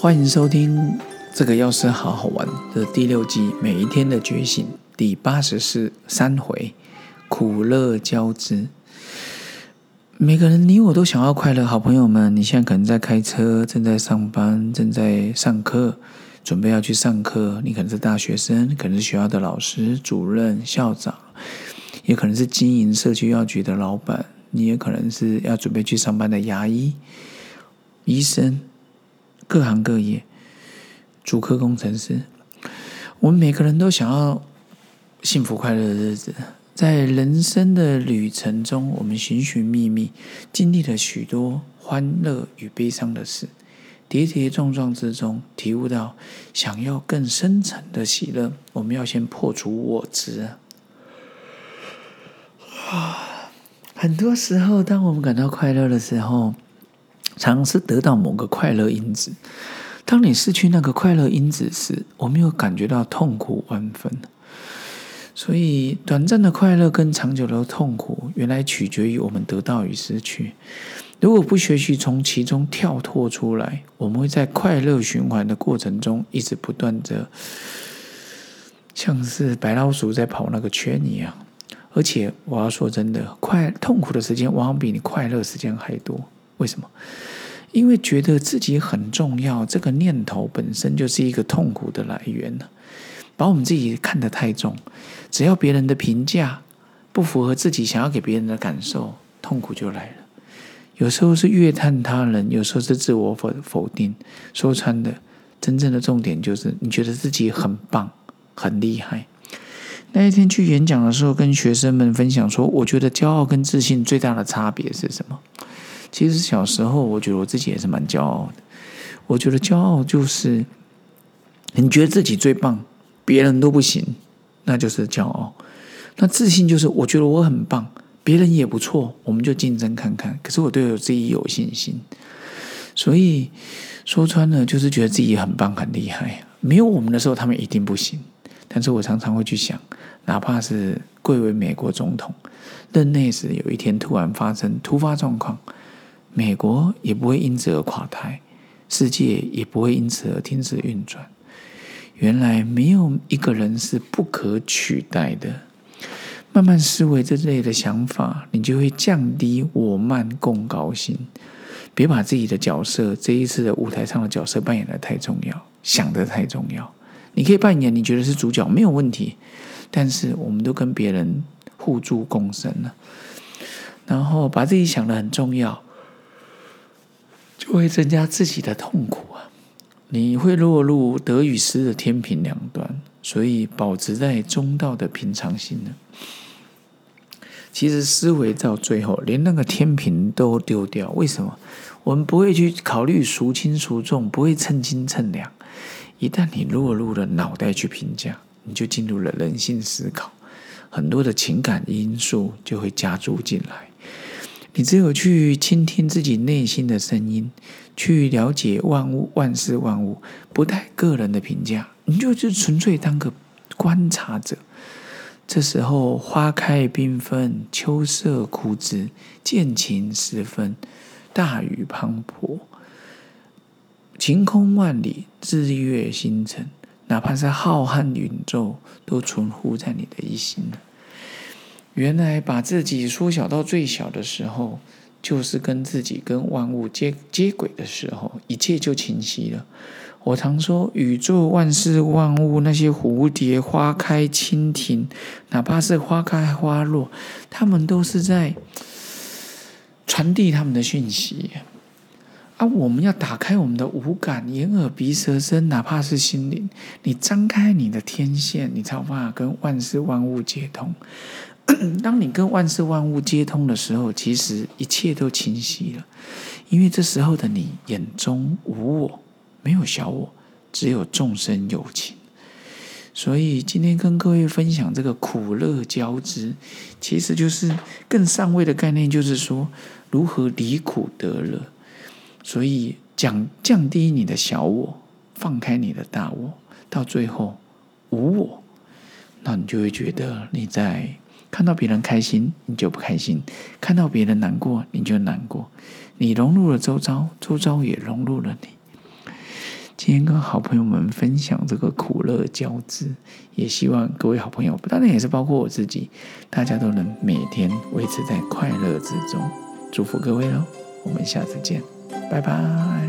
欢迎收听这个要是好好玩的第6季每一天的觉醒第83回苦乐交织。每个人你我都想要快乐，好朋友们，你现在可能在开车，正在上班，正在上课，准备要去上课，你可能是大学生，可能是学校的老师、主任、校长，也可能是经营社区药局的老板，你也可能是要准备去上班的牙医、医生，各行各业，主科工程师，我们每个人都想要幸福快乐的日子。在人生的旅程中，我们寻寻觅觅，经历了许多欢乐与悲伤的事，跌跌撞撞之中，体悟到想要更深层的喜乐，我们要先破除我执。很多时候，当我们感到快乐的时候，常是得到某个快乐因子。当你失去那个快乐因子时，我们又感觉到痛苦万分。所以短暂的快乐跟长久的痛苦，原来取决于我们得到与失去。如果不学习从其中跳脱出来，我们会在快乐循环的过程中一直不断的像是白老鼠在跑那个圈一样。而且我要说真的，痛苦的时间往往比你快乐时间还多。为什么？因为觉得自己很重要，这个念头本身就是一个痛苦的来源了。把我们自己看得太重，只要别人的评价不符合自己想要给别人的感受，痛苦就来了。有时候是越探他人，有时候是自我否定。说穿的，真正的重点就是你觉得自己很棒、很厉害。那一天去演讲的时候，跟学生们分享说，我觉得骄傲跟自信最大的差别是什么？其实小时候，我觉得我自己也是蛮骄傲的。我觉得骄傲就是你觉得自己最棒，别人都不行，那就是骄傲。那自信就是我觉得我很棒，别人也不错，我们就竞争看看。可是我对我自己有信心，所以说穿了就是觉得自己很棒很厉害。没有我们的时候，他们一定不行。但是我常常会去想，哪怕是贵为美国总统，任内时有一天突然发生突发状况，美国也不会因此而垮台，世界也不会因此而停止运转。原来没有一个人是不可取代的。慢慢思维这类的想法，你就会降低我慢共高兴。别把自己的角色，这一次的舞台上的角色扮演得太重要，想得太重要。你可以扮演你觉得是主角没有问题，但是我们都跟别人互助共生了，然后把自己想得很重要，就会增加自己的痛苦啊。你会落入得与失的天平两端，所以保持在中道的平常心呢。其实思维到最后，连那个天平都丢掉。为什么？我们不会去考虑孰轻孰重，不会称斤称两。一旦你落入了脑袋去评价，你就进入了人性思考，很多的情感因素就会加注进来。你只有去倾听自己内心的声音，去了解万物万事万物，不带个人的评价，你就纯粹当个观察者。这时候花开缤纷，秋色枯枝，见晴时分，大雨滂沱，晴空万里，日月星辰，哪怕是浩瀚宇宙，都存乎在你的一心了。原来把自己缩小到最小的时候，就是跟自己跟万物接轨的时候，一切就清晰了。我常说，宇宙万事万物，那些蝴蝶、花开、蜻蜓，哪怕是花开花落，他们都是在传递他们的讯息。我们要打开我们的五感，眼耳鼻舌身，哪怕是心灵，你张开你的天线，你才有办法跟万事万物接通。当你跟万事万物接通的时候，其实一切都清晰了，因为这时候的你眼中无我，没有小我，只有众生有情。所以今天跟各位分享这个苦乐交织，其实就是更上位的概念，就是说如何离苦得乐。所以降低你的小我，放开你的大我，到最后无我，那你就会觉得你在看到别人开心，你就不开心；看到别人难过，你就难过。你融入了周遭，周遭也融入了你。 今天跟好朋友们分享这个苦乐交织，也希望各位好朋友，当然也是包括我自己，大家都能每天维持在快乐之中。祝福各位咯，我们下次见，拜拜。